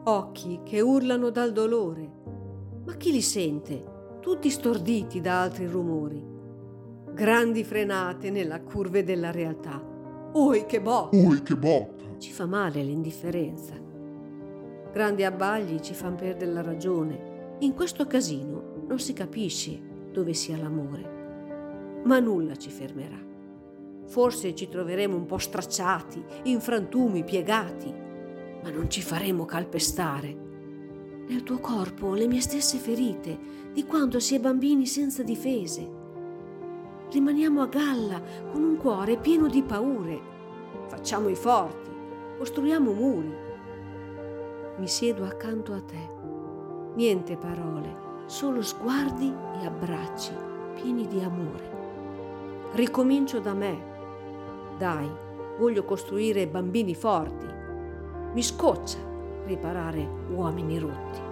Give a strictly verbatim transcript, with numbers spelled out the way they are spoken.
occhi che urlano dal dolore, ma chi li sente, tutti storditi da altri rumori. Grandi frenate nella curve della realtà. Oi che botta! Ui che botta! Ci fa male l'indifferenza. Grandi abbagli ci fan perdere la ragione. In questo casino non si capisce dove sia l'amore. Ma nulla ci fermerà. Forse ci troveremo un po' stracciati, in frantumi, piegati, ma non ci faremo calpestare. Nel tuo corpo le mie stesse ferite di quando si è bambini senza difese. Rimaniamo a galla con un cuore pieno di paure. Facciamo i forti, costruiamo muri. Mi siedo accanto a te. Niente parole, solo sguardi e abbracci pieni di amore. Ricomincio da me. Dai, voglio costruire bambini forti. Mi scoccia riparare uomini rotti.